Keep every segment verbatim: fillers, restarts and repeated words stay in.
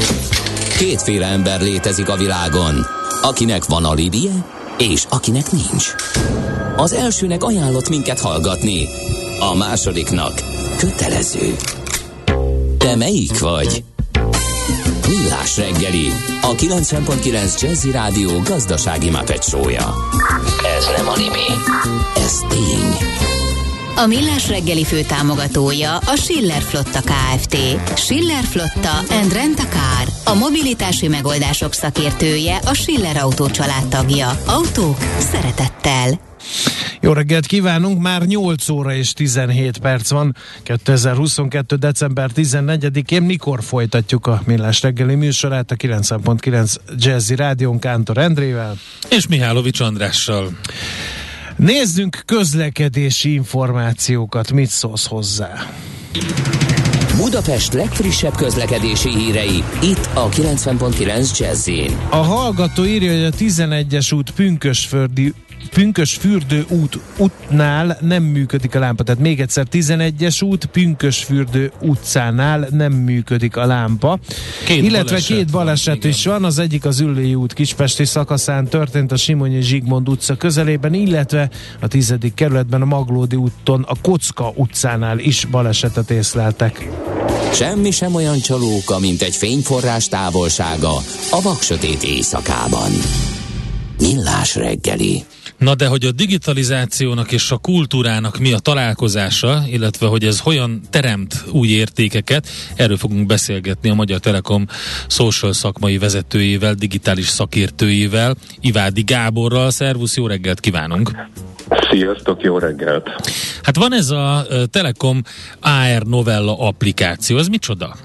Kétféle ember létezik a világon, akinek van alibije, és akinek nincs. Az elsőnek ajánlott minket hallgatni, a másodiknak kötelező. Te melyik vagy? Millás reggeli, a kilencven pont kilenc Jazzy Rádió gazdasági Muppet show-ja. Ez nem anime, ez tény. A Millás reggeli főtámogatója a Schiller Flotta Kft. Schiller Flotta and Rent a Car. A mobilitási megoldások szakértője, a Schiller Autó család tagja. Autók szeretettel. Jó reggelt kívánunk, már nyolc óra és tizenhét perc van, kétezer-huszonkettő. december tizennegyedikén. Mikor folytatjuk a Millás reggeli műsorát a kilencven pont kilenc Jazzy Rádión Kántor Endrével és Mihálovics Andrással. Nézzünk közlekedési információkat, mit szólsz hozzá? Budapest legfrissebb közlekedési hírei, itt a kilencven pont kilenc Jazzyn. A hallgató írja, hogy a tizenegyes út Pünkösföldi Pünkösfürdő út útnál nem működik a lámpa. Tehát még egyszer, tizenegyes út Pünkösfürdő utcánál nem működik a lámpa. Két Illetve baleset két baleset van, is van. Az egyik az Üllői út Kispesti szakaszán történt a Simonyi Zsigmond utca közelében, illetve a tizedik kerületben a Maglódi úton a Kocka utcánál is balesetet észleltek. Semmi sem olyan csalóka, mint egy fényforrás távolsága a vaksötét éjszakában. Millás reggeli. Na de hogy a digitalizációnak és a kultúrának mi a találkozása, illetve hogy ez hogyan teremt új értékeket, erről fogunk beszélgetni a Magyar Telekom social szakmai vezetőjével, digitális szakértőjével, Ivádi Gáborral. Szervusz, jó reggelt kívánunk! Sziasztok, jó reggelt! Hát van ez a Telekom á er Novella applikáció, ez micsoda?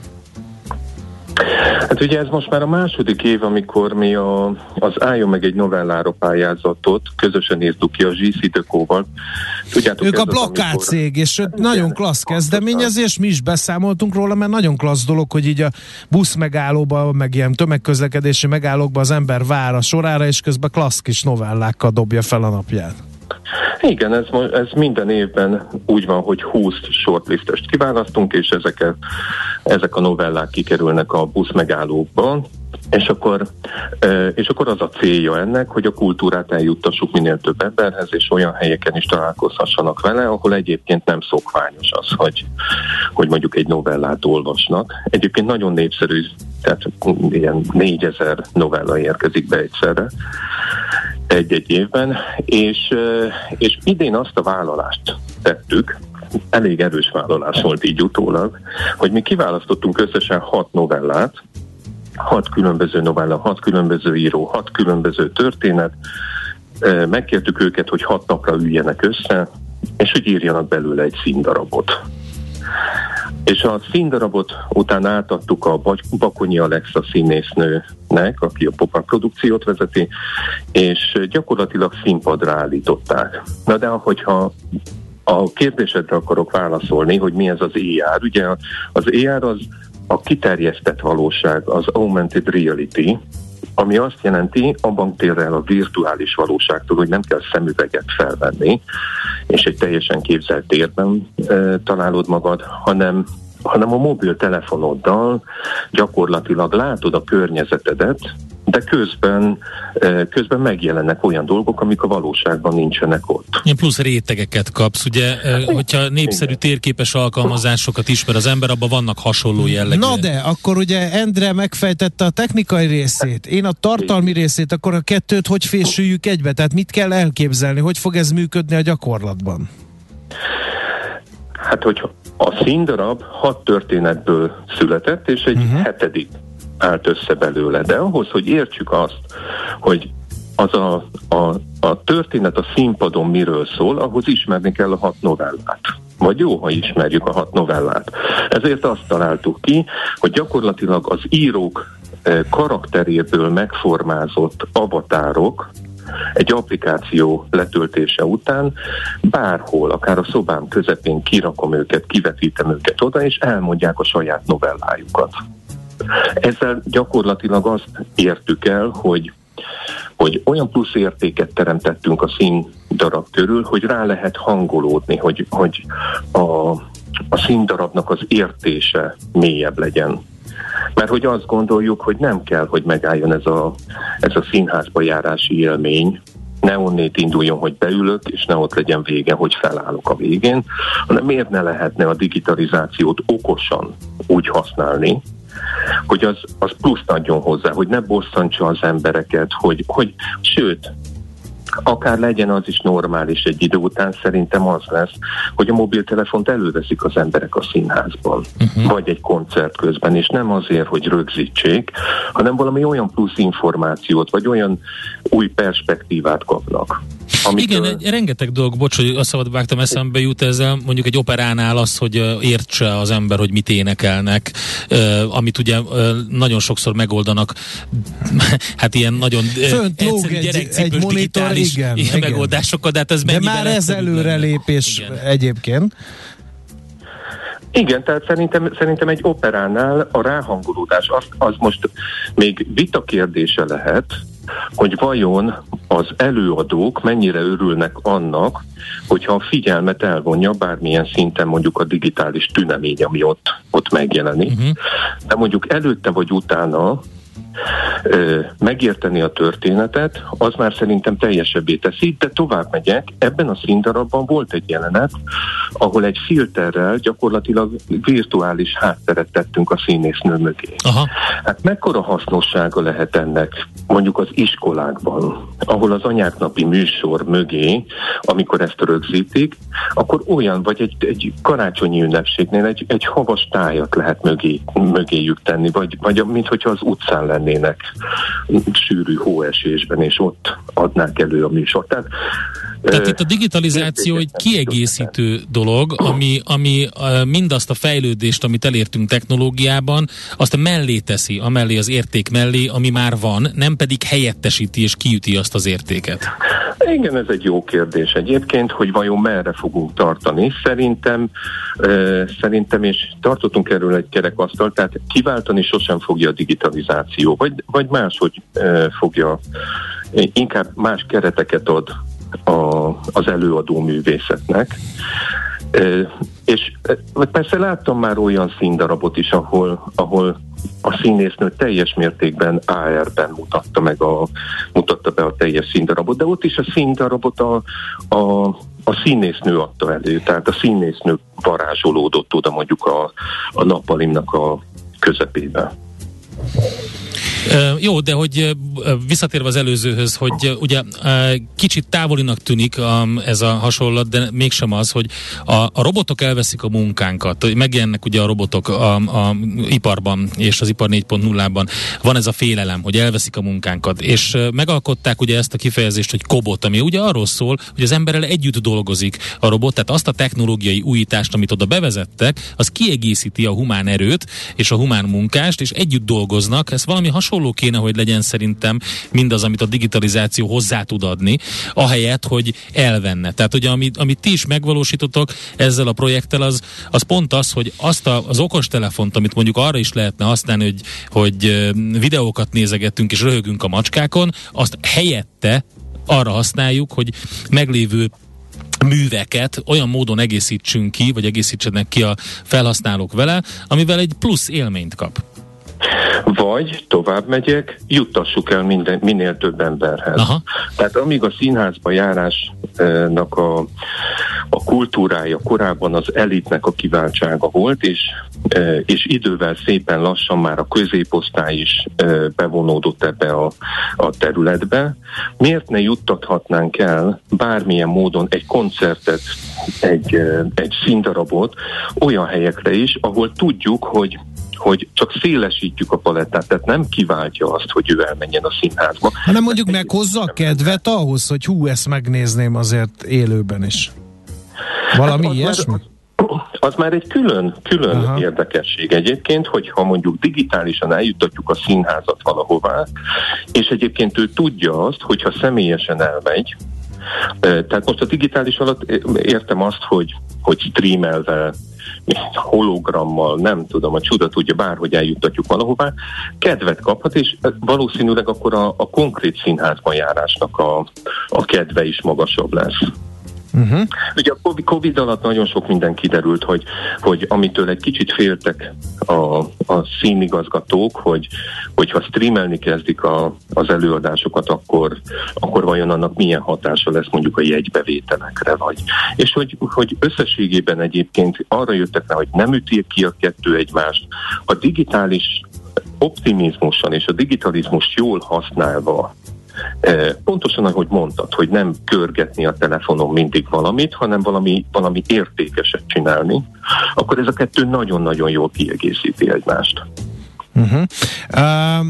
Hát ugye ez most már a második év, amikor mi a, az Álljon meg egy novellára pályázatot közösen írtuk ki a zé cé Dekóval. Tudjátok, ők a plakátcég, amikor... és igen, nagyon klassz kezdeményezés, mi is beszámoltunk róla, mert nagyon klassz dolog, hogy így a buszmegállóba, meg ilyen tömegközlekedési megállókba az ember vár a sorára, és közben klassz kis novellákkal dobja fel a napját. Igen, ez, ez minden évben úgy van, hogy húsz shortlistest kiválasztunk, és ezeket, ezek a novellák kikerülnek a buszmegállókba, és akkor, és akkor az a célja ennek, hogy a kultúrát eljuttassuk minél több emberhez, és olyan helyeken is találkozhassanak vele, ahol egyébként nem szokványos az, hogy, hogy mondjuk egy novellát olvasnak. Egyébként nagyon népszerű, tehát ilyen négyezer novella érkezik be egyszerre egy-egy évben, és, és idén azt a vállalást tettük, elég erős vállalás volt így utólag, hogy mi kiválasztottunk összesen hat novellát, hat különböző novella, hat különböző író, hat különböző történet, megkértük őket, hogy hat napra üljenek össze, és hogy írjanak belőle egy színdarabot. És a színdarabot utána átadtuk a Bakonyi Alexa színésznőnek, aki a pop-up produkciót vezeti, és gyakorlatilag színpadra állították. Na de ahogyha a kérdésedre akarok válaszolni, hogy mi ez az á er, ugye az á er az a kiterjesztett valóság, az augmented reality, ami azt jelenti, abban tér el a virtuális valóságtól, hogy nem kell szemüveget felvenni, és egy teljesen képzelt térben e, találod magad, hanem, hanem a mobiltelefonoddal gyakorlatilag látod a környezetedet, de közben, közben megjelennek olyan dolgok, amik a valóságban nincsenek ott. Ilyen plusz rétegeket kapsz, ugye, hogyha népszerű térképes alkalmazásokat ismer az ember, abban vannak hasonló jellegű. Na de, akkor ugye Endre megfejtette a technikai részét, én a tartalmi részét, akkor a kettőt hogy fésüljük egybe? Tehát mit kell elképzelni? Hogy fog ez működni a gyakorlatban? Hát, hogy a színdarab hat történetből született, és egy uh-huh. hetedik állt össze belőle. De ahhoz, hogy értsük azt, hogy az a, a, a történet a színpadon miről szól, ahhoz ismerni kell a hat novellát. Vagy jó, ha ismerjük a hat novellát. Ezért azt találtuk ki, hogy gyakorlatilag az írók karakteréből megformázott avatárok egy applikáció letöltése után bárhol, akár a szobám közepén kirakom őket, kivetítem őket oda, és elmondják a saját novellájukat. Ezzel gyakorlatilag azt értük el, hogy, hogy olyan plusz értéket teremtettünk a színdarab körül, hogy rá lehet hangolódni, hogy, hogy a, a színdarabnak az értése mélyebb legyen. Mert hogy azt gondoljuk, hogy nem kell, hogy megálljon ez a, ez a színházba járási élmény, ne onnét induljon, hogy beülök, és ne ott legyen vége, hogy felállok a végén, hanem miért ne lehetne a digitalizációt okosan úgy használni, hogy az, az pluszt adjon hozzá, hogy ne bosszantsa az embereket, hogy, hogy sőt, akár legyen az is normális egy idő után, szerintem az lesz, hogy a mobiltelefont előveszik az emberek a színházban, uh-huh. vagy egy koncert közben, és nem azért, hogy rögzítsék, hanem valami olyan plusz információt, vagy olyan új perspektívát kapnak. Amitől... Igen, egy, rengeteg dolog, bocs, hogy azt szabad vágtam, eszembe jut ezzel, mondjuk egy operánál az, hogy értse az ember, hogy mit énekelnek, amit ugye nagyon sokszor megoldanak, hát ilyen nagyon egyszerű gyerekcipős digitális igen, igen. megoldásokkal, de hát ez de már ez előrelépés egyébként. Igen, tehát szerintem, szerintem egy operánál a ráhangolódás az, az most még vita kérdése lehet, hogy vajon az előadók mennyire örülnek annak, hogyha a figyelmet elvonja bármilyen szinten mondjuk a digitális tünemény, ami ott, ott megjelenik. Uh-huh. De mondjuk előtte vagy utána ö, megérteni a történetet, az már szerintem teljesebbé teszi, de tovább megyek. Ebben a színdarabban volt egy jelenet, ahol egy filterrel gyakorlatilag virtuális hátteret tettünk a színésznő mögé. Aha. Hát mekkora hasznossága lehet ennek mondjuk az iskolákban, ahol az anyáknapi műsor mögé, amikor ezt rögzítik, akkor olyan, vagy egy, egy karácsonyi ünnepségnél egy, egy havas tájat lehet mögé, mögéjük tenni, vagy, vagy mint hogyha az utcán lennének sűrű hóesésben, és ott adnák elő a műsort. Tehát, Tehát uh, itt a digitalizáció egy kiegészítő dolog, ami, ami uh, mindazt a fejlődést, amit elértünk technológiában, azt mellé teszi, amellé az érték mellé, ami már van, nem pedig helyettesíti és kiüti azt az értéket. Igen, ez egy jó kérdés egyébként, hogy vajon merre fogunk tartani. Szerintem, uh, szerintem és tartottunk erről egy kerekasztalt, tehát kiváltani sosem fogja a digitalizáció, vagy, vagy máshogy uh, fogja, inkább más kereteket ad A, az előadó művészetnek. E, és e, persze láttam már olyan színdarabot is, ahol, ahol a színésznő teljes mértékben á er-ben mutatta meg a, mutatta be a teljes színdarabot, de ott is a színdarabot a, a, a színésznő adta elő, tehát a színésznő varázsolódott oda mondjuk a, a nappalimnak a közepébe. Uh, jó, de hogy uh, visszatérve az előzőhöz, hogy uh, ugye uh, kicsit távolinak tűnik um, ez a hasonlat, de mégsem az, hogy a, a robotok elveszik a munkánkat. Megjelennek ugye a robotok a, a iparban, és az ipar négy pont nullában van ez a félelem, hogy elveszik a munkánkat, és uh, megalkották ugye ezt a kifejezést, hogy kobot, ami ugye arról szól, hogy az emberrel együtt dolgozik a robot, tehát azt a technológiai újítást, amit oda bevezettek, az kiegészíti a humán erőt és a humán munkást, és együtt dolgoznak. Ez valami hasonló kéne, hogy legyen szerintem mindaz, amit a digitalizáció hozzá tud adni, ahelyett, hogy elvenne. Tehát ugye, amit, amit ti is megvalósítotok ezzel a projekttel, az, az pont az, hogy azt a, az okostelefont, amit mondjuk arra is lehetne használni, hogy, hogy videókat nézegetünk és röhögünk a macskákon, azt helyette arra használjuk, hogy meglévő műveket olyan módon egészítsünk ki, vagy egészítsenek ki a felhasználók vele, amivel egy plusz élményt kap. Vagy tovább megyek, juttassuk el minden, minél több emberhez. Aha. Tehát amíg a színházba járásnak a, a kultúrája korábban az elitnek a kiváltsága volt, és, és idővel szépen lassan már a középosztály is bevonódott ebbe a, a területbe, miért ne juttathatnánk el bármilyen módon egy koncertet, egy, egy színdarabot olyan helyekre is, ahol tudjuk, hogy hogy csak szélesítjük a palettát, tehát nem kiváltja azt, hogy ő elmenjen a színházba. Hanem mondjuk meghozza a kedvet ahhoz, hogy hú, ezt megnézném azért élőben is. Valami hát ilyesmi? Már, az, az már egy külön, külön Aha. érdekesség egyébként, hogyha mondjuk digitálisan eljuttatjuk a színházat valahová, és egyébként ő tudja azt, hogyha személyesen elmegy, tehát most a digitális alatt értem azt, hogy, hogy streamelve, hologrammal, nem tudom, a csuda tudja, bárhogy eljuttatjuk valahová, kedvet kaphat, és valószínűleg akkor a, a konkrét színházban járásnak a, a kedve is magasabb lesz. Uh-huh. Ugye a Covid alatt nagyon sok minden kiderült, hogy, hogy amitől egy kicsit féltek a, a színigazgatók, hogy hogyha streamelni kezdik a, az előadásokat, akkor, akkor vajon annak milyen hatása lesz mondjuk a jegybevételekre, vagy. És hogy, hogy összességében egyébként arra jöttek rá, hogy nem üti ki a kettő egymást. A digitális optimizmussal és a digitalizmust jól használva, pontosan ahogy mondtad, hogy nem körgetni a telefonon mindig valamit, hanem valami, valami értékeset csinálni, akkor ez a kettő nagyon-nagyon jól kiegészíti egymást. Uh-huh. Uh,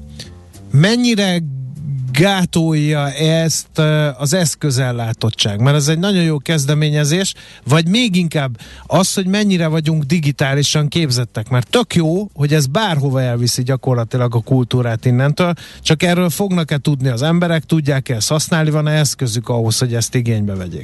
mennyire gátolja ezt az eszközellátottság? Mert ez egy nagyon jó kezdeményezés, vagy még inkább az, hogy mennyire vagyunk digitálisan képzettek, mert tök jó, hogy ez bárhova elviszi gyakorlatilag a kultúrát innentől, csak erről fognak-e tudni az emberek, tudják-e ezt használni, van-e eszközük ahhoz, hogy ezt igénybe vegyék?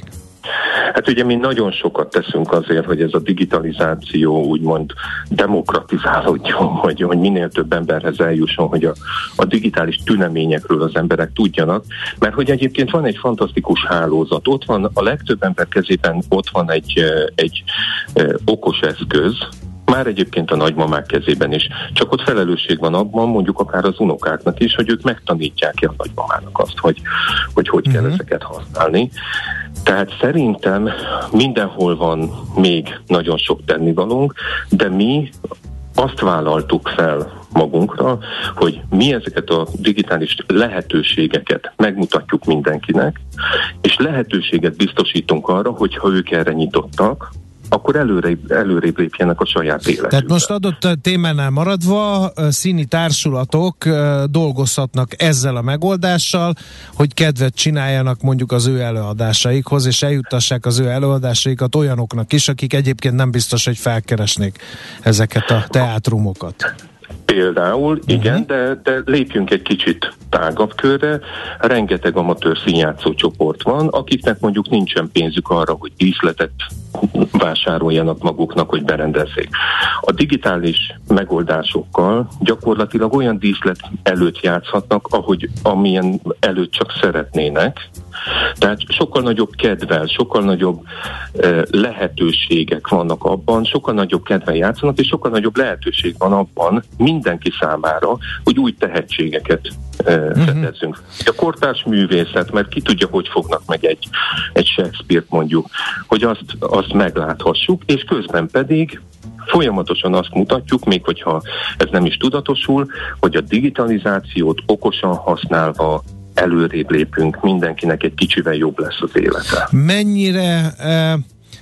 Hát ugye mi nagyon sokat teszünk azért, hogy ez a digitalizáció úgymond demokratizálódjon, hogy, hogy minél több emberhez eljusson, hogy a, a digitális tüneményekről az emberek tudjanak, mert hogy egyébként van egy fantasztikus hálózat, ott van a legtöbb ember kezében, ott van egy, egy, egy okos eszköz, már egyébként a nagymamák kezében is. Csak ott felelősség van abban, mondjuk akár az unokáknak is, hogy ők megtanítják ki a nagymamának azt, hogy hogy, hogy kell uh-huh. ezeket használni. Tehát szerintem mindenhol van még nagyon sok tennivalónk, de mi azt vállaltuk fel magunkra, hogy mi ezeket a digitális lehetőségeket megmutatjuk mindenkinek, és lehetőséget biztosítunk arra, hogyha ők erre nyitottak, akkor előrébb, előrébb lépjenek a saját életükbe. Tehát most adott témánál maradva színi társulatok dolgozhatnak ezzel a megoldással, hogy kedvet csináljanak mondjuk az ő előadásaikhoz, és eljuttassák az ő előadásaikat olyanoknak is, akik egyébként nem biztos, hogy felkeresnék ezeket a teátrumokat. Például, igen, uh-huh. de, de lépjünk egy kicsit tágabb körre. Rengeteg amatőr színjátszó csoport van, akiknek mondjuk nincsen pénzük arra, hogy díszletet vásároljanak maguknak, hogy berendezzék. A digitális megoldásokkal gyakorlatilag olyan díszlet előtt játszhatnak, ahogy amilyen előtt csak szeretnének. Tehát sokkal nagyobb kedvel, sokkal nagyobb eh, lehetőségek vannak abban, sokkal nagyobb kedvel játszanak, és sokkal nagyobb lehetőség van abban mindenki számára, hogy új tehetségeket eh, uh-huh. fedezzünk. A kortárs művészet, mert ki tudja, hogy fognak meg egy, egy Shakespeare-t mondjuk, hogy azt, azt megláthassuk, és közben pedig folyamatosan azt mutatjuk, még hogyha ez nem is tudatosul, hogy a digitalizációt okosan használva előrébb lépünk, mindenkinek egy kicsivel jobb lesz az élete. Mennyire uh,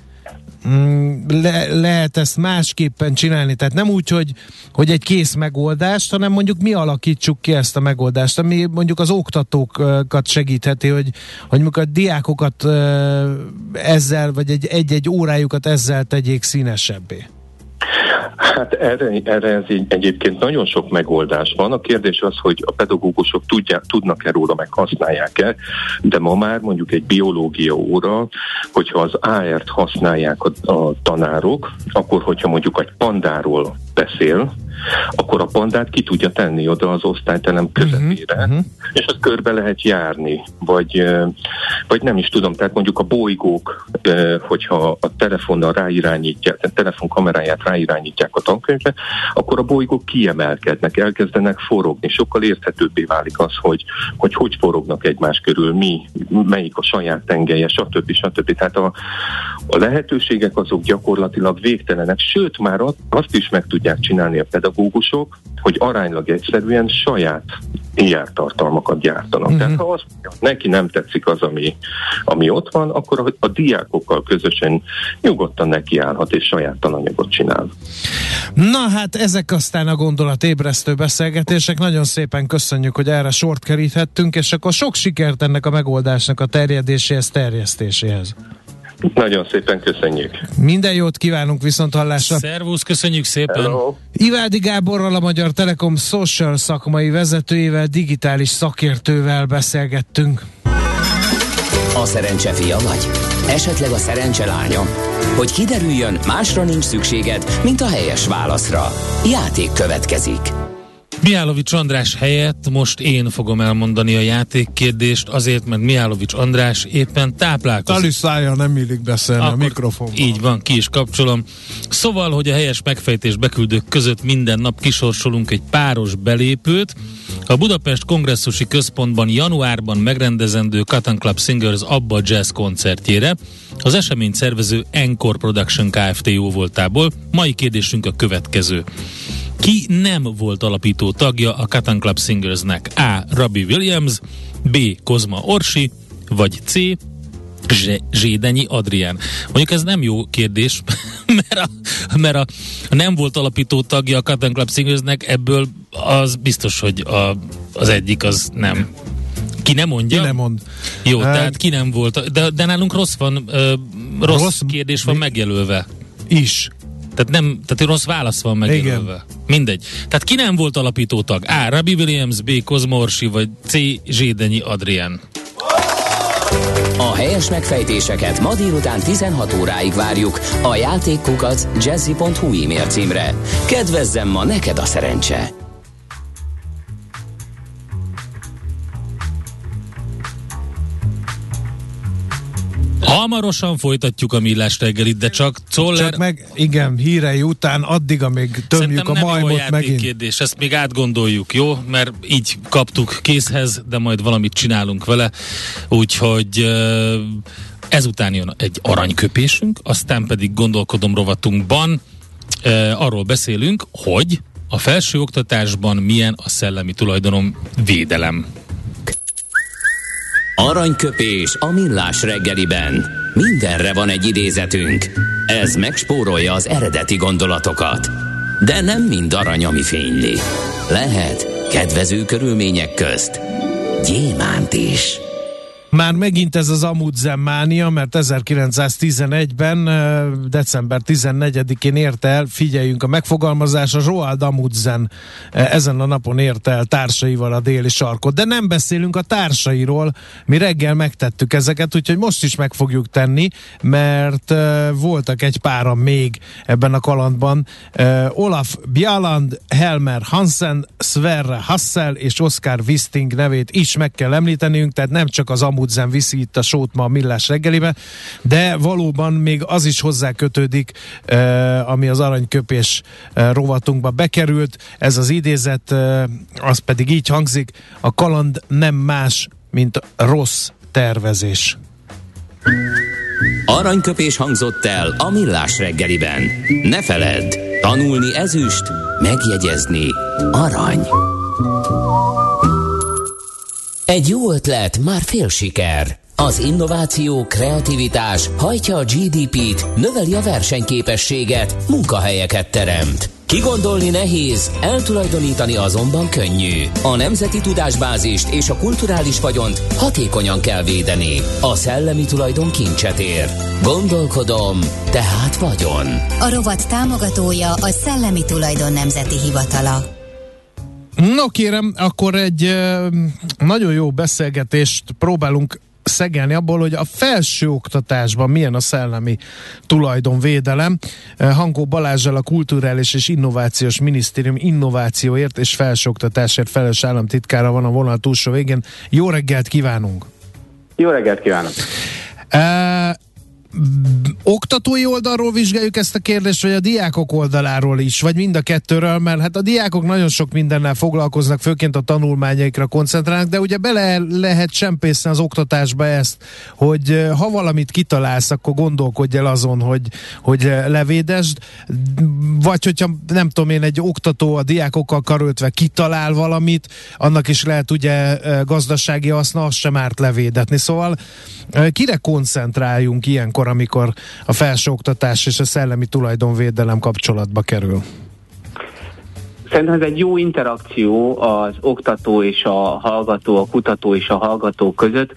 le, lehet ezt másképpen csinálni? Tehát nem úgy, hogy, hogy egy kész megoldást, hanem mondjuk mi alakítsuk ki ezt a megoldást, ami mondjuk az oktatókat segítheti, hogy, hogy mondjuk a diákokat uh, ezzel, vagy egy, egy-egy órájukat ezzel tegyék színesebbé. Hát erre, erre ez így, egyébként nagyon sok megoldás van. A kérdés az, hogy a pedagógusok tudják, tudnak-e róla, meg használják-e, de ma már mondjuk egy biológia óra, hogyha az á er-t használják a, a tanárok, akkor hogyha mondjuk egy pandáról beszél, akkor a pandát ki tudja tenni oda az osztályterem közepére, uh-huh. és azt körbe lehet járni, vagy, vagy nem is tudom, tehát mondjuk a bolygók, hogyha a telefonnal ráirányítják, a telefon kameráját ráirányítják a tankönyvre, akkor a bolygók kiemelkednek, elkezdenek forogni, sokkal érthetőbbé válik az, hogy hogy, hogy forognak egymás körül, mi, melyik a saját tengelye, stb. stb. Tehát a, a lehetőségek azok gyakorlatilag végtelenek, sőt már azt is meg tudják csinálni a pedagógusok, hogy aránylag egyszerűen saját i er tartalmakat gyártanak. Uh-huh. Tehát ha azt mondja, neki nem tetszik az, ami, ami ott van, akkor a, a diákokkal közösen nyugodtan nekiállhat és saját tananyagot csinál. Na hát ezek aztán a gondolatébresztő beszélgetések. Nagyon szépen köszönjük, hogy erre sort keríthettünk, és akkor sok sikert ennek a megoldásnak a terjedéséhez, terjesztéséhez. Nagyon szépen köszönjük. Minden jót kívánunk, viszont hallásra. Szervusz, köszönjük szépen. Hello. Ivádi Gáborral, a Magyar Telekom Social szakmai vezetőjével, digitális szakértővel beszélgettünk. A szerencse fia vagy? Esetleg a szerencse lánya? Hogy kiderüljön, másra nincs szükséged, mint a helyes válaszra. Játék következik. Mihálovics András helyett most én fogom elmondani a játékkérdést, azért, mert Mihálovics András éppen táplálkozik. Tali szája nem illik beszélni Akkor a mikrofonban. Így van, ki is kapcsolom. Szóval, hogy a helyes megfejtés beküldők között minden nap kisorsolunk egy páros belépőt. A Budapest Kongresszusi Központban januárban megrendezendő Cotton Club Singers Abba Jazz koncertjére az eseményt szervező Encore Production Kft. Jóvoltából. Mai kérdésünk a következő. Ki nem volt alapító tagja a Cotton Club Singersnek? A. Robbie Williams, B. Kozma Orsi, vagy C. Z- Zsédenyi Adrián. Mondjuk ez nem jó kérdés, mert, a, mert a nem volt alapító tagja a Cotton Club Singersnek, ebből az biztos, hogy a, az egyik az nem. Ki nem mondja? Ki nem mond. Jó, uh, tehát ki nem volt. De, de nálunk rossz van, uh, rossz, rossz kérdés van mi? megjelölve. Is. Tehát nem, tehát rossz válasz van megjelölve. Igen. Mindegy. Tehát ki nem volt alapító tag? A. Robbie Williams, B. Kozma Orsi, vagy C. Zsédenyi Adrián. A helyes megfejtéseket ma délután tizenhat óráig várjuk a játékkukac jazzy pont hu e-mail címre. Kedvezzem ma neked a szerencse! Hamarosan folytatjuk a Millás reggelit, de csak Czoller... Csak meg, igen, hírei után addig, amíg tömjük a majmot megint. Kérdés, ezt még átgondoljuk, jó? Mert így kaptuk készhez, de majd valamit csinálunk vele. Úgyhogy ezután jön egy aranyköpésünk, aztán pedig gondolkodom rovatunkban arról beszélünk, hogy a felsőoktatásban milyen a szellemi tulajdonom védelem. Aranyköpés a Millás reggeliben. Mindenre van egy idézetünk. Ez megspórolja az eredeti gondolatokat. De nem mind arany, ami fényli. Lehet kedvező körülmények közt gyémánt is. Már megint ez az Amundsen mánia, mert ezerkilencszáztizenegyben, december tizennegyedikén érte el, figyeljünk a megfogalmazásra, Roald Amundsen ezen a napon érte el társaival a déli sarkot. De nem beszélünk a társairól, mi reggel megtettük ezeket, úgyhogy most is meg fogjuk tenni, mert voltak egy páran még ebben a kalandban. Olaf Bjaaland, Helmer Hansen, Sverre Hassel és Oscar Wisting nevét is meg kell említenünk, tehát nem csak az Amundsen viszi itt a sót ma a Millás reggelibe, de valóban még az is hozzá kötődik, eh, ami az aranyköpés eh, rovatunkba bekerült. Ez az idézet, eh, az pedig így hangzik: a kaland nem más, mint rossz tervezés. Aranyköpés hangzott el a Millás reggeliben. Ne feledd, tanulni ezüst, megjegyezni arany. Egy jó ötlet már fél siker. Az innováció, kreativitás hajtja a gé dé pét, növeli a versenyképességet, munkahelyeket teremt. Kigondolni nehéz, eltulajdonítani azonban könnyű. A nemzeti tudásbázist és a kulturális vagyont hatékonyan kell védeni. A szellemi tulajdon kincset ér. Gondolkodom, tehát vagyon. A rovat támogatója a Szellemi Tulajdon Nemzeti Hivatala. No kérem, akkor egy uh, nagyon jó beszélgetést próbálunk szegelni abból, hogy a felsőoktatásban milyen a szellemi tulajdonvédelem. Uh, Hankó Balázsral, a Kulturális és Innovációs Minisztérium innovációért és felsőoktatásért felelős államtitkára van a vonal túlsó végén. Jó reggelt kívánunk! Jó reggelt kívánok! Uh, oktatói oldalról vizsgáljuk ezt a kérdést, vagy a diákok oldaláról is, vagy mind a kettőről, mert hát a diákok nagyon sok mindennel foglalkoznak, főként a tanulmányaikra koncentrálnak, de ugye bele lehet csempészni az oktatásba ezt, hogy ha valamit kitalálsz, akkor gondolkodj el azon, hogy, hogy levédesd, vagy hogyha nem tudom én, egy oktató a diákokkal karöltve kitalál valamit, annak is lehet ugye gazdasági haszna, azt sem árt levédetni. Szóval kire koncentráljunk ilyenkor, amikor a felsőoktatás és a szellemi tulajdonvédelem kapcsolatba kerül? Szerintem ez egy jó interakció az oktató és a hallgató, a kutató és a hallgató között,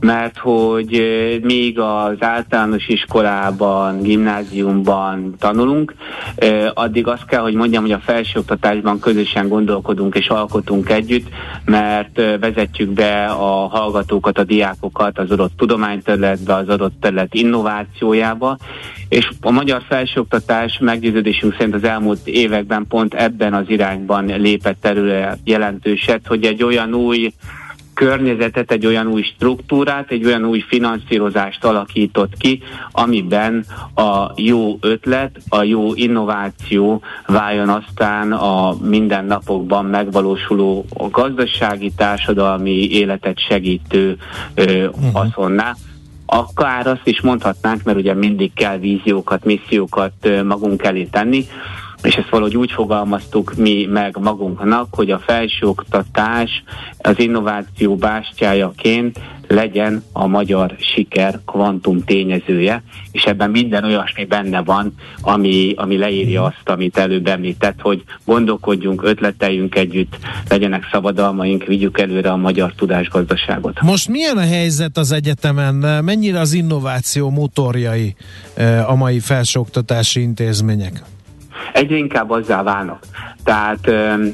mert hogy még az általános iskolában, gimnáziumban tanulunk, addig azt kell, hogy mondjam, hogy a felsőoktatásban közösen gondolkodunk és alkotunk együtt, mert vezetjük be a hallgatókat, a diákokat az adott tudományterületbe, az adott terület innovációjába, és a magyar felsőoktatás meggyőződésünk szerint az elmúlt években pont ebben az irányban lépett előre jelentőset, hogy egy olyan új környezetet, egy olyan új struktúrát, egy olyan új finanszírozást alakított ki, amiben a jó ötlet, a jó innováció váljon aztán a mindennapokban megvalósuló gazdasági, társadalmi életet segítő ö, haszonná. Akár azt is mondhatnánk, mert ugye mindig kell víziókat, missziókat ö, magunk elé tenni, és ezt valahogy úgy fogalmaztuk mi meg magunknak, hogy a felsőoktatás az innováció bástyájaként legyen a magyar siker kvantum tényezője, és ebben minden olyasmi benne van, ami, ami leírja azt, amit előbb említett, hogy gondolkodjunk, ötleteljünk együtt, legyenek szabadalmaink, vigyük előre a magyar tudásgazdaságot. Most milyen a helyzet az egyetemen? Mennyire az innováció motorjai a mai felsőoktatási intézmények? Egyre inkább azzá válnak. Tehát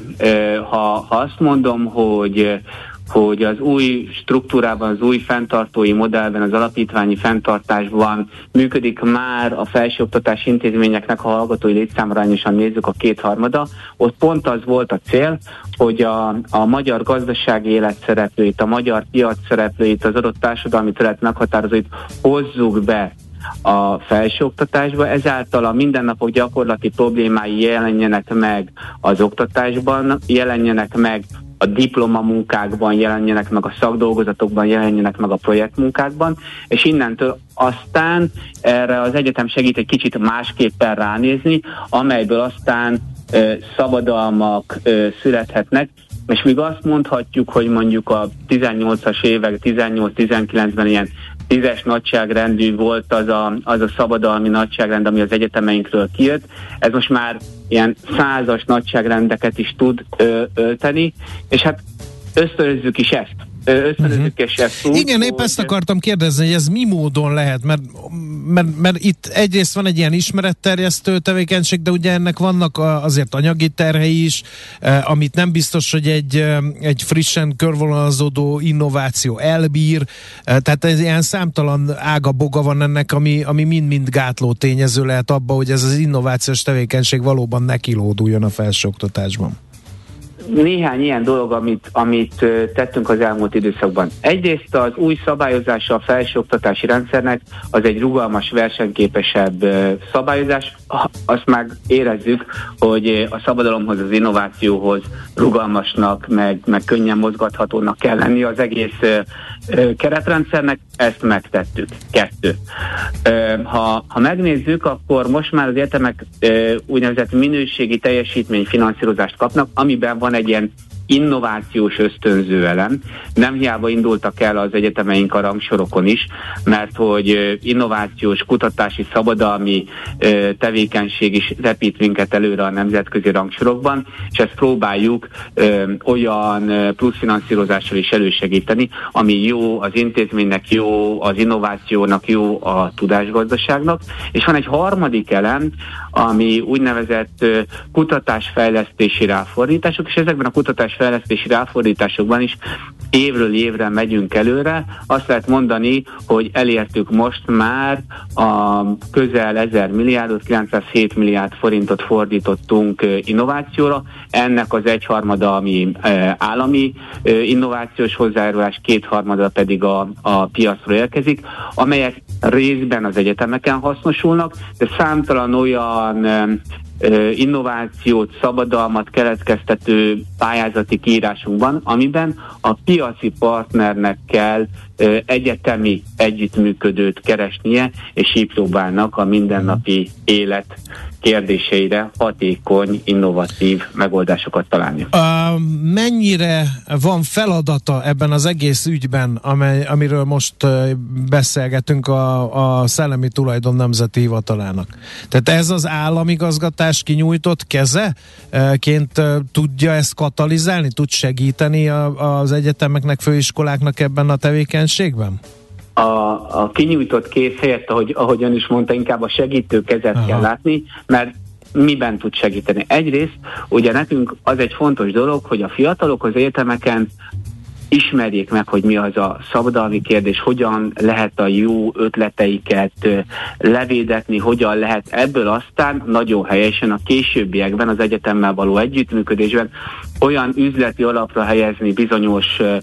ha, ha azt mondom, hogy hogy az új struktúrában, az új fenntartói modellben, az alapítványi fenntartásban működik már a felsőoktatási intézményeknek, ha hallgatói létszámrányosan nézzük, a kétharmada, ott pont az volt a cél, hogy a, a magyar gazdasági élet szereplőit, a magyar piac szereplőit, az adott társadalmi terület meghatározóit hozzuk be a felsőoktatásba, ezáltal a mindennapok gyakorlati problémái jelenjenek meg az oktatásban, jelenjenek meg a diplomamunkákban, jelenjenek meg a szakdolgozatokban, jelenjenek meg a projektmunkákban, és innentől aztán erre az egyetem segít egy kicsit másképpen ránézni, amelyből aztán ö, szabadalmak ö, születhetnek, és még azt mondhatjuk, hogy mondjuk a tizennyolcas évek, tizennyolc-tizenkilencben ilyen tízes nagyságrendű volt az a, az a szabadalmi nagyságrend, ami az egyetemeinkről kijött. Ez most már ilyen százas nagyságrendeket is tud ö, ölteni, és hát ösztönözzük is ezt. Ösztönözzük uh-huh. is ezt úgy, Igen, épp ezt akartam kérdezni, hogy ez mi módon lehet, mert, mert, mert itt egyrészt van egy ilyen ismeretterjesztő tevékenység, de ugye ennek vannak azért anyagi terhei is, amit nem biztos, hogy egy, egy frissen körvonalazódó innováció elbír, tehát ez ilyen számtalan ága boga van ennek, ami, ami mind-mind gátló tényező lehet abba, hogy ez az innovációs tevékenység valóban nekilóduljon a felsőoktatásban. Néhány ilyen dolog, amit, amit tettünk az elmúlt időszakban. Egyrészt az új szabályozása a felsőoktatási rendszernek az egy rugalmas, versenyképesebb szabályozás. Azt már érezzük, hogy a szabadalomhoz, az innovációhoz rugalmasnak, meg, meg könnyen mozgathatónak kell lenni az egész keretrendszernek, ezt megtettük. Kettő. Ha, ha megnézzük, akkor most már az egyetemek úgynevezett minőségi teljesítményfinanszírozást kapnak, amiben van egy ilyen innovációs ösztönző elem. Nem hiába indultak el az egyetemeink a rangsorokon is, mert hogy innovációs, kutatási, szabadalmi tevékenység is repít minket előre a nemzetközi rangsorokban, és ezt próbáljuk olyan plusz finanszírozással is elősegíteni, ami jó az intézménynek, jó az innovációnak, jó a tudásgazdaságnak. És van egy harmadik elem, ami úgynevezett kutatásfejlesztési ráfordítások, és ezekben a kutatásfejlesztési ráfordításokban is évről évre megyünk előre. Azt lehet mondani, hogy elértük most már a közel ezer milliárdot, kilencszázhét milliárd forintot fordítottunk innovációra. Ennek az egyharmada, ami állami innovációs hozzájárulás, kétharmada pedig a, a piacról érkezik, amelyek részben az egyetemeken hasznosulnak, de számtalan olyan innovációt, szabadalmat keletkeztető pályázati kiírásunkban, amiben a piaci partnernek kell egyetemi együttműködőt keresnie, és így próbálnak a mindennapi élet kérdéseire hatékony, innovatív megoldásokat találni. Uh, mennyire van feladata ebben az egész ügyben, amely, amiről most uh, beszélgetünk a, a Szellemi Tulajdon Nemzeti Hivatalának? Tehát ez az államigazgatás kinyújtott kezeként uh, tudja ezt katalizálni, tud segíteni a, az egyetemeknek, főiskoláknak ebben a tevékenységben? a, a kinyújtott kéz helyett, ahogy, ahogy ön is mondta, inkább a segítő kezet Aha. kell látni, mert miben tud segíteni? Egyrészt, ugye nekünk az egy fontos dolog, hogy a fiatalok az egyetemeken ismerjék meg, hogy mi az a szabadalmi kérdés, hogyan lehet a jó ötleteiket levédetni, hogyan lehet ebből aztán nagyon helyesen a későbbiekben az egyetemmel való együttműködésben olyan üzleti alapra helyezni bizonyos ö,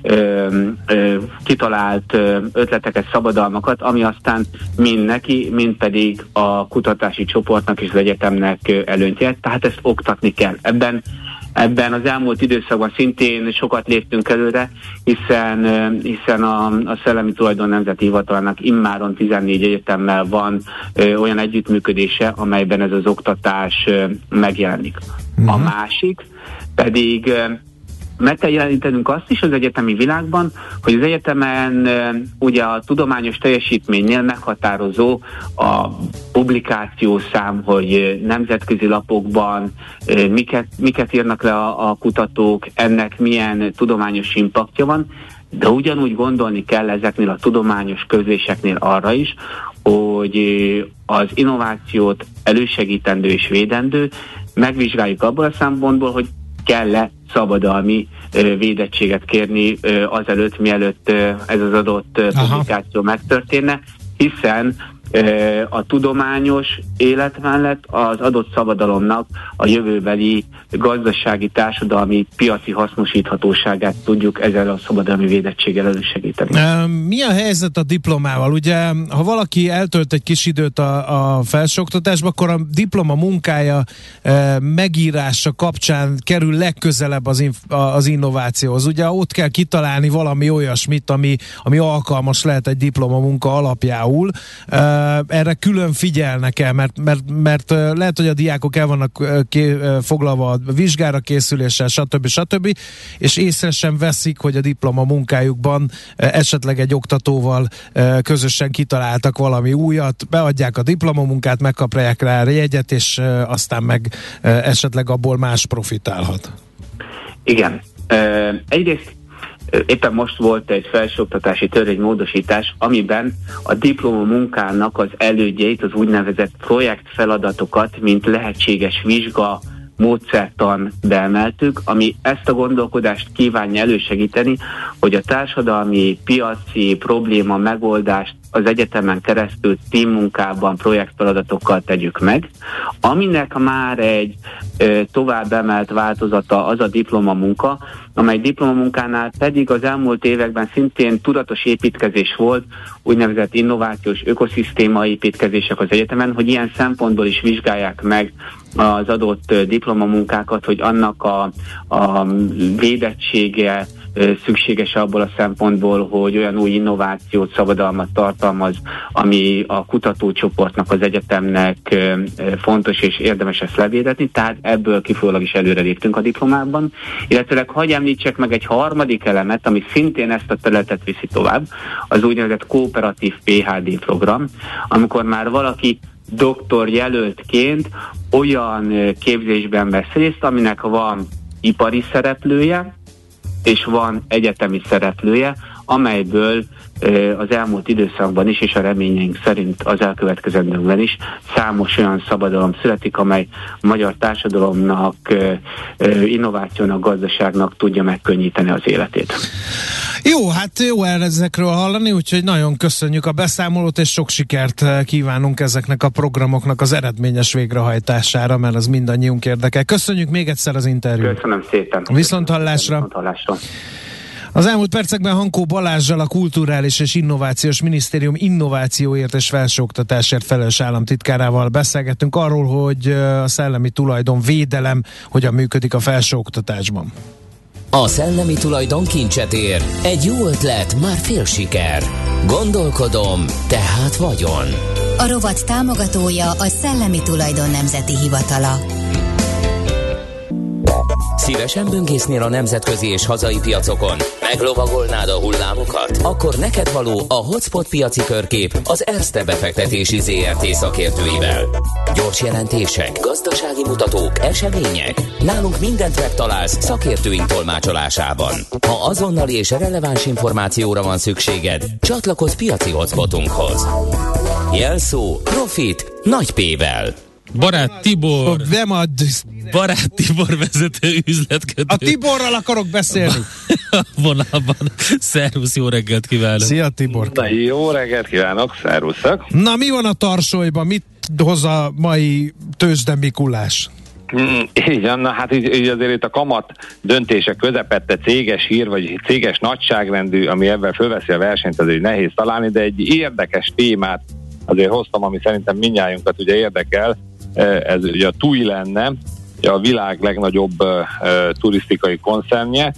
ö, kitalált ö, ötleteket, szabadalmakat, ami aztán mind neki, mind pedig a kutatási csoportnak és az egyetemnek előnyt jelent. Tehát ezt oktatni kell. Ebben Ebben az elmúlt időszakban szintén sokat léptünk előre, hiszen, hiszen a, a Szellemi Tulajdon Nemzeti Hivatalnak immáron tizennégy egyetemmel van ö, olyan együttműködése, amelyben ez az oktatás ö, megjelenik. Uh-huh. A másik pedig ö, meg kell jelenítenünk azt is az egyetemi világban, hogy az egyetemen ugye a tudományos teljesítménynél meghatározó a publikációszám, hogy nemzetközi lapokban miket, miket írnak le a, a kutatók, ennek milyen tudományos impaktja van, de ugyanúgy gondolni kell ezeknél a tudományos közléseknél arra is, hogy az innovációt elősegítendő és védendő, megvizsgáljuk abból a szempontból, hogy kell-e szabadalmi ö, védettséget kérni ö, azelőtt, mielőtt ö, ez az adott ö, publikáció megtörténne, hiszen ö, a tudományos élet mellett az adott szabadalomnak a jövőbeli gazdasági, társadalmi, piaci hasznosíthatóságát tudjuk ezzel a szabadalmi védettséggel elősegíteni. Mi a helyzet a diplomával? Ugye, ha valaki eltölt egy kis időt a, a felsőoktatásba, akkor a diploma munkája e, megírása kapcsán kerül legközelebb az, inf, az innovációhoz. Ugye ott kell kitalálni valami olyasmit, ami, ami alkalmas lehet egy diploma munka alapjául. E, erre külön figyelnek el, mert, mert, mert lehet, hogy a diákok el vannak ké, foglalva a vizsgára készüléssel, stb. stb. És észre sem veszik, hogy a diploma munkájukban esetleg egy oktatóval közösen kitaláltak valami újat, beadják a diplomamunkát, megkapják rá a jegyet, és aztán meg esetleg abból más profitálhat. Igen. Egyrészt éppen most volt egy felsőoktatási törvénymódosítás, amiben a diplomamunkának az elődjeit, az úgynevezett projektfeladatokat, mint lehetséges vizsga módszertan beemeltük, ami ezt a gondolkodást kívánja elősegíteni, hogy a társadalmi, piaci probléma megoldást az egyetemen keresztül teammunkában, projektfeladatokkal tegyük meg, aminek már egy ö, tovább emelt változata az a diplomamunka, amely diplomamunkánál pedig az elmúlt években szintén tudatos építkezés volt, úgynevezett innovációs ökoszisztéma építkezések az egyetemen, hogy ilyen szempontból is vizsgálják meg az adott diplomamunkákat, hogy annak a, a védettsége szükséges abból a szempontból, hogy olyan új innovációt, szabadalmat tartalmaz, ami a kutatócsoportnak, az egyetemnek fontos és érdemes ezt levédetni, tehát ebből kifolyólag is előreléptünk a diplomában. Illetőleg hagyj említsek meg egy harmadik elemet, ami szintén ezt a területet viszi tovább, az úgynevezett kooperatív pé há dé program, amikor már valaki doktor jelöltként olyan képzésben vesz részt, aminek van ipari szereplője, és van egyetemi szereplője, amelyből az elmúlt időszakban is, és a reményeink szerint az elkövetkezendőkben is számos olyan szabadalom születik, amely a magyar társadalomnak, innovációnak, gazdaságnak tudja megkönnyíteni az életét. Jó, hát jó ezekről hallani, úgyhogy nagyon köszönjük a beszámolót, és sok sikert kívánunk ezeknek a programoknak az eredményes végrehajtására, mert az mindannyiunk érdekel. Köszönjük még egyszer az interjút. Köszönöm szépen. Viszonthallásra. Viszonthallásra. Az elmúlt percekben Hankó Balázssal, a Kulturális és Innovációs Minisztérium innovációért és felsőoktatásért felelős államtitkárával beszélgettünk arról, hogy a szellemi tulajdon védelem hogyan működik a felsőoktatásban. A szellemi tulajdon kincset ér. Egy jó ötlet, már fél siker. Gondolkodom, tehát vagyon. A rovat támogatója a Szellemi Tulajdon Nemzeti Hivatala. Szívesen böngésznél a nemzetközi és hazai piacokon? Meglovagolnád a hullámokat? Akkor neked való a Hotspot piaci körkép az Erste befektetési zé er té szakértőivel. Gyors jelentések, gazdasági mutatók, események. Nálunk mindent megtalálsz szakértőink tolmácsolásában. Ha azonnali és releváns információra van szükséged, csatlakozz piaci hotspotunkhoz. Jelszó Profit nagy P-vel. Barát Tibor. Nem add. Barát Tibor vezető üzletkötő. A Tiborral akarok beszélni. Vonalban. Szervusz, jó reggelt kívánok. Szia Tibor. Na, jó reggelt kívánok, szervuszok. Na, mi van a tarsolyban? Mit hoz a mai tőzsde Mikulás? Mm, így van, na hát így, így azért itt a kamat döntések közepette céges hír, vagy céges nagyságrendű, ami ebben fölveszi a versenyt, azért nehéz találni, de egy érdekes témát azért hoztam, ami szerintem mindnyájunkat ugye érdekel. Ez ugye a TUI lenne, a világ legnagyobb uh, turisztikai koncernje,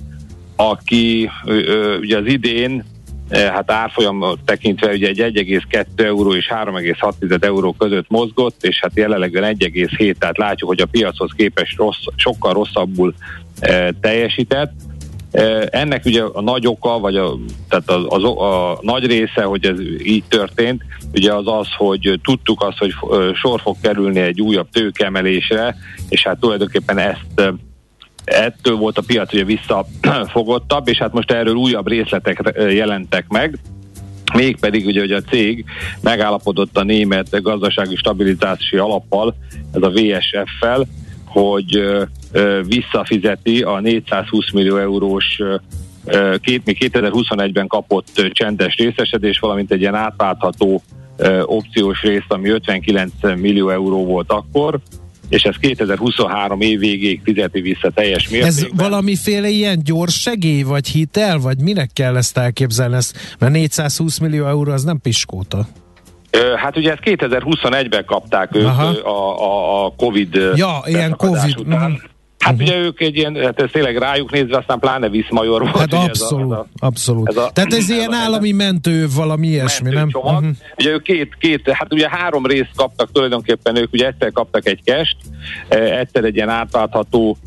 aki uh, ugye az idén uh, hát árfolyam tekintve ugye egy egy egész kettő euró és három egész hat euró között mozgott, és hát jelenleg egy egész hét, tehát látjuk, hogy a piachoz képest rossz, sokkal rosszabbul uh, teljesített. Uh, ennek ugye a nagy oka, vagy a, tehát az, az, a nagy része, hogy ez így történt, ugye az az, hogy tudtuk azt, hogy sor fog kerülni egy újabb tőkeemelésre, és hát tulajdonképpen ezt ettől volt a piac ugye visszafogottabb, és hát most erről újabb részletek jelentek meg, mégpedig ugye, hogy a cég megállapodott a német gazdasági stabilizálási alappal, ez a vé es ef-fel, hogy visszafizeti a négyszázhúsz millió eurós két, még kétezer-huszonegyben kapott csendes részesedés, valamint egy ilyen átváltható opciós részt, ami ötvenkilenc millió euró volt akkor, és ez kétezer-huszonhárom év végéig fizeti vissza teljes mértékben. Ez valamiféle ilyen gyors segély, vagy hitel, vagy minek kell ezt elképzelni? Ezt, mert négyszázhúsz millió euró az nem piskóta. Hát ugye ezt kétezer-huszonegyben kapták ők a, a, a Covid ja, ilyen Covid után. Uh-huh. Hát uh-huh. ugye ők egy ilyen, hát ez tényleg rájuk nézve, aztán pláne viszmajor volt. Hát abszolút, ez a, ez a, abszolút. Ez a, Tehát ez, ez ilyen a, állami mentő, valami ilyesmi, nem? Uh-huh. Ugye ők két, két, hát ugye három részt kaptak tulajdonképpen, ők ugye egyszer kaptak egy cash-t, egyszer egy ilyen átváltható,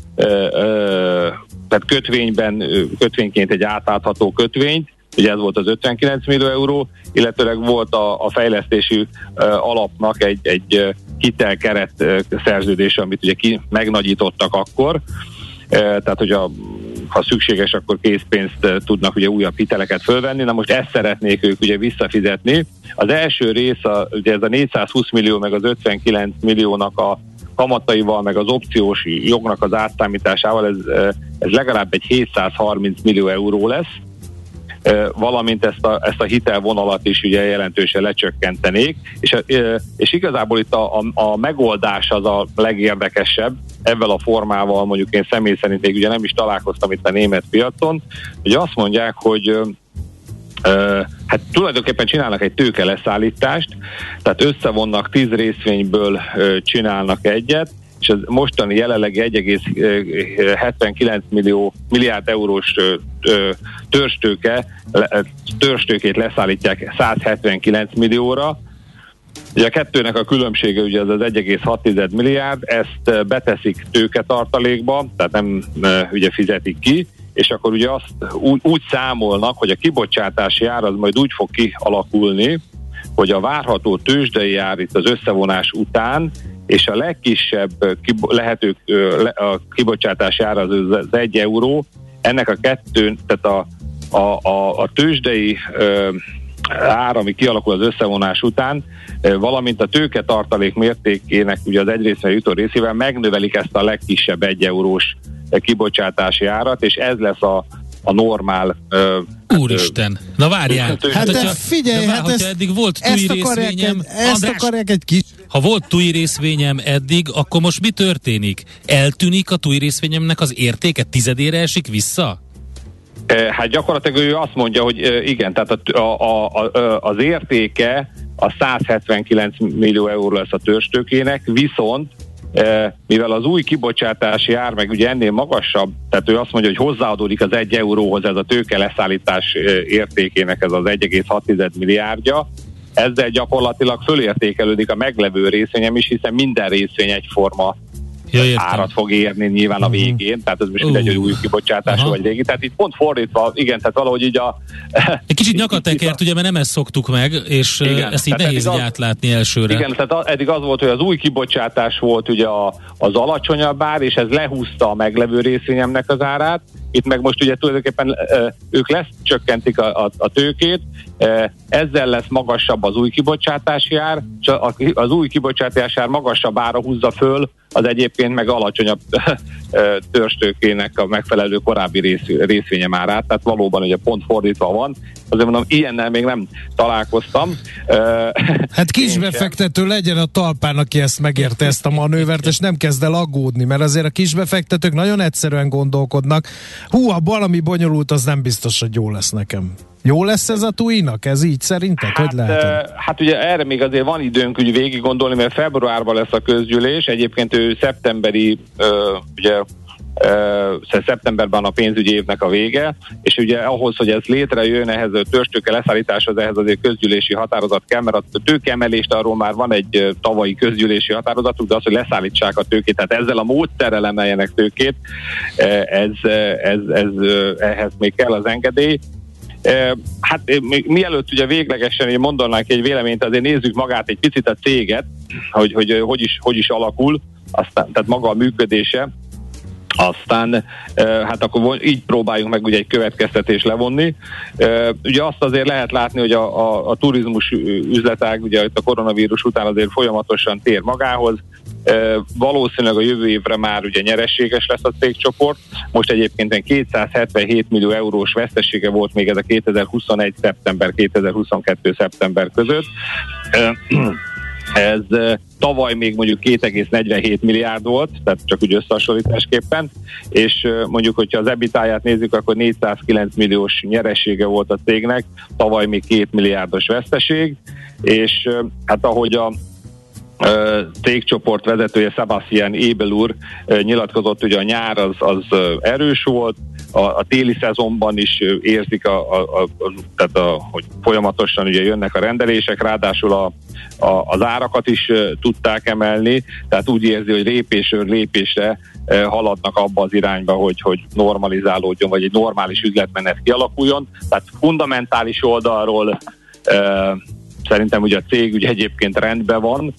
tehát kötvényben, kötvényként egy átváltható kötvényt, ugye ez volt az ötvenkilenc millió euró, illetőleg volt a, a fejlesztési uh, alapnak egy, egy uh, hitelkeret uh, szerződése, amit ugye ki megnagyítottak akkor, uh, tehát hogyha ha szükséges, akkor készpénzt uh, tudnak ugye újabb hiteleket fölvenni, na most ezt szeretnék ők ugye visszafizetni. Az első rész, a, ugye ez a négyszázhúsz millió meg az ötvenkilenc milliónak a kamataival, meg az opciós jognak az átszámításával, ez, uh, ez legalább egy hétszázharminc millió euró lesz, valamint ezt a, ezt a hitelvonalat is ugye jelentősen lecsökkentenék, és, és igazából itt a, a, a megoldás az a legérdekesebb, ebben a formával mondjuk én személy szerint még ugye nem is találkoztam itt a német piacon, hogy azt mondják, hogy Uh, hát tulajdonképpen csinálnak egy tőke leszállítást, tehát összevonnak tíz részvényből uh, csinálnak egyet, és az mostani jelenlegi egy egész hetvenkilenc millió milliárd eurós uh, törstőke, le, törstőkét leszállítják száz hetvenkilenc millióra. Ugye a kettőnek a különbsége ugye az az egy egész hat milliárd, ezt beteszik tőketartalékba, tehát nem uh, ugye fizetik ki, és akkor ugye azt úgy, úgy számolnak, hogy a kibocsátási ár az majd úgy fog kialakulni, hogy a várható tőzsdei ár itt az összevonás után, és a legkisebb kib- lehető a kibocsátási ár az az egy euró, ennek a kettőn, tehát a, a, a, a tőzsdei ö, ár, ami kialakul az összevonás után, valamint a tőketartalék mértékének ugye az egy részre jutó részével megnövelik ezt a legkisebb egy eurós kibocsátási árat, és ez lesz a, a normál... Ö, Úristen! Hát, na várjál! Hát, hát de figyelj, de, hát ezt, eddig volt TUI részvényem... Egy, ezt András, akarják egy kis... Ha volt TUI részvényem eddig, akkor most mi történik? Eltűnik a TUI részvényemnek az értéke? Tizedére esik vissza? Hát gyakorlatilag ő azt mondja, hogy igen, tehát a, a, a, az értéke a száz hetvenkilenc millió euró lesz a törstőkének, viszont mivel az új kibocsátási ár meg ugye ennél magasabb, tehát ő azt mondja, hogy hozzáadódik az egy euróhoz ez a tőke leszállítás értékének ez az egy egész hat milliárdja, ezzel gyakorlatilag fölértékelődik a meglevő részvényem is, hiszen minden részvény egyforma ja, árat fog érni nyilván a végén, tehát ez most uh. egy új kibocsátású vagy régi. Tehát itt pont fordítva, igen, tehát valahogy így a... Egy kicsit nyakat tekert, ugye, mert nem ezt szoktuk meg, és igen, ezt így nehéz így átlátni elsőre. Igen, tehát eddig az volt, hogy az új kibocsátás volt ugye a, az alacsonyabb ár, és ez lehúzta a meglevő részvényemnek az árát. Itt meg most ugye tulajdonképpen ők lesz, csökkentik a, a, a tőkét, ezzel lesz magasabb az új kibocsátási ár, és az új kibocsátási ár magasabb ára húzza föl az egyébként meg alacsonyabb törstőkének a megfelelő korábbi rész, részvényem árát, tehát valóban ugye pont fordítva van. Azért mondom, ilyennel még nem találkoztam. Hát kisbefektető legyen a talpán, aki ezt megérte, ezt a manővert, és nem kezd el aggódni, mert azért a kisbefektetők nagyon egyszerűen gondolkodnak. Hú, ha valami bonyolult, az nem biztos, hogy jó lesz nekem. Jó lesz ez a té u i-nak? Ez így szerinted? Hát, hogy lehet? Hát ugye erre még azért van időnk úgy végig gondolni, mert februárban lesz a közgyűlés, egyébként ő szeptemberi, ö, ugye ö, szeptemberben a pénzügyi évnek a vége, és ugye ahhoz, hogy ez létrejön, ehhez a törstőke leszállításhoz, ehhez azért közgyűlési határozat kell, mert a tőkeemelést arról már van egy tavalyi közgyűlési határozatuk, de az, hogy leszállítsák a tőkét, tehát ezzel a módszerrel emeljenek tőkét, ez, ez, ez, ehhez még kell az engedély. Hát mielőtt ugye véglegesen én mondanánk egy véleményt, azért nézzük magát egy picit a céget, hogy hogy, hogy, is, hogy is alakul, aztán, tehát maga a működése, aztán hát akkor így próbáljunk meg ugye egy következtetést levonni. Ugye azt azért lehet látni, hogy a, a, a turizmus üzletág ugye a koronavírus után azért folyamatosan tér magához. Valószínűleg a jövő évre már ugye nyereséges lesz a cégcsoport. Most egyébként kétszázhetvenhét millió eurós vesztesége volt még ez a kétezer-huszonegy szeptember kétezer-huszonkettő szeptember között. Ez tavaly még mondjuk két egész negyvenhét milliárd volt, tehát csak úgy összehasonlításképpen, és mondjuk, hogyha az ebitáját nézzük, akkor négyszázkilenc milliós nyeresége volt a cégnek, tavaly még két milliárdos veszteség, és hát ahogy a cégcsoport vezetője Sebastian Ebel úr nyilatkozott, ugye a nyár az, az erős volt, a, a téli szezonban is érzik, a, a, a, tehát a, hogy folyamatosan ugye jönnek a rendelések, ráadásul a, a, az árakat is tudták emelni, tehát úgy érzi, hogy lépésről lépésre haladnak abba az irányba, hogy, hogy normalizálódjon, vagy egy normális üzletmenet kialakuljon. Tehát fundamentális oldalról e, szerintem ugye a cég ugye egyébként rendben van.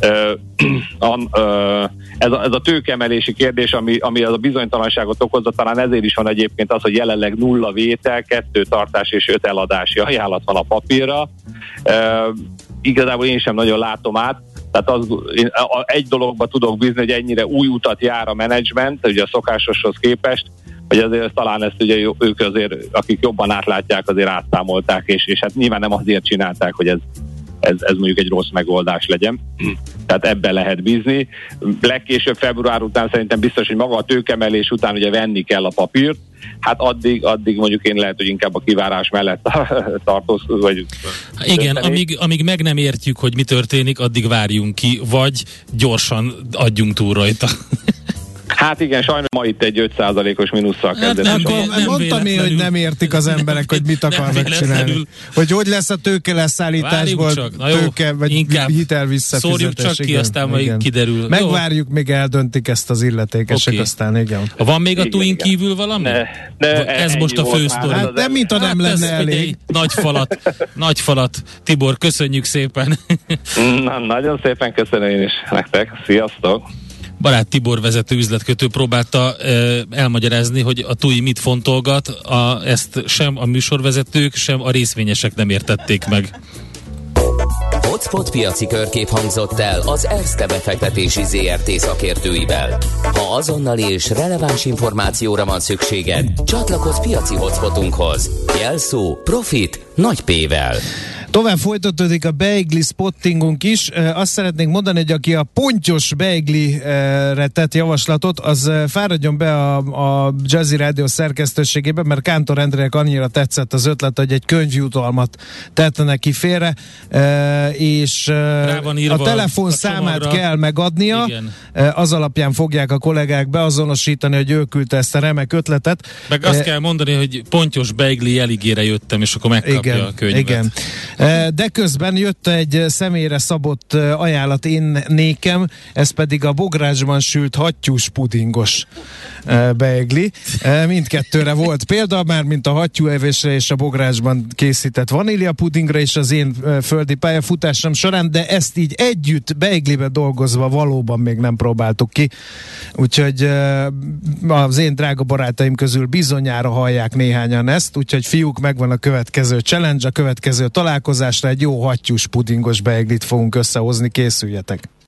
Ez a, ez a tőkeemelési kérdés, ami, ami az a bizonytalanságot okozza, talán ezért is van egyébként az, hogy jelenleg nulla vétel, kettő tartás és öt eladási ajánlat van a papírra. Igazából én sem nagyon látom át, tehát az, én egy dologba tudok bízni, hogy ennyire új utat jár a menedzsment, ugye a szokásoshoz képest, hogy azért talán ezt ugye ők azért, akik jobban átlátják, azért átszámolták, és, és hát nyilván nem azért csinálták, hogy ez Ez, ez mondjuk egy rossz megoldás legyen. Tehát ebben lehet bízni. Legkésőbb február után szerintem biztos, hogy maga a tőkemelés után ugye venni kell a papírt. Hát addig, addig mondjuk én lehet, hogy inkább a kivárás mellett tartoz, vagy... Igen, amíg, amíg meg nem értjük, hogy mi történik, addig várjunk ki, vagy gyorsan adjunk túl rajta. Hát igen, sajnos ma itt egy öt százalékos mínusszal kezdett. Nem, nem, nem mondtam én, hogy nem értik az emberek, hogy mit akarnak csinálni. Hogy hogy lesz a tőke leszállításból tőke, vagy hitel visszafizetés. Szórjuk csak ki, igen, aztán majd kiderül. Megvárjuk, még eldöntik ezt az illetékesek, okay. Aztán igen. Van még a té u i-n kívül valami? Ne, ne, ez most a fő sztori. Hát nem, mint ha nem hát lenne elég. Figyelj, nagy falat, nagy falat. Tibor, köszönjük szépen. Na, nagyon szépen köszönöm én is nektek. Sziasztok! Barát Tibor vezető üzletkötő próbálta e, elmagyarázni, hogy a té u i mit fontolgat, a, ezt sem a műsorvezetők, sem a részvényesek nem értették meg. Hotspot piaci körkép hangzott el az Erste befektetési zé er té szakértőivel. Ha azonnali és releváns információra van szükséged, csatlakozz piaci hotspotunkhoz. Jelszó Profit nagy P-vel. Tovább folytatódik a beigli spottingunk is. Azt szeretnénk mondani, hogy aki a pontyos beiglire tett javaslatot, az fáradjon be a, a Jazzy Rádió szerkesztőségébe, mert Kántor Endrének annyira tetszett az ötlet, hogy egy könyvjutalmat tette neki félre, és a telefonszámát kell megadnia. Igen. Az alapján fogják a kollégák beazonosítani, hogy ő küldte ezt a remek ötletet. Meg azt e, kell mondani, hogy pontyos beigli jeligére jöttem, és akkor megkapja igen, a könyvet. Igen. De közben jött egy személyre szabott ajánlat én nékem, ez pedig a bográcsban sült hattyús pudingos beigli. Mindkettőre volt példa, már mint a hattyúevésre és a bográcsban készített vanília pudingra és az én földi pályafutásom során, de ezt így együtt beiglibe dolgozva valóban még nem próbáltuk ki. Úgyhogy az én drága barátaim közül bizonyára hallják néhányan ezt, úgyhogy fiúk, megvan a következő challenge, a következő találkozásra egy jó hattyús pudingos beiglit fogunk összehozni, készüljetek!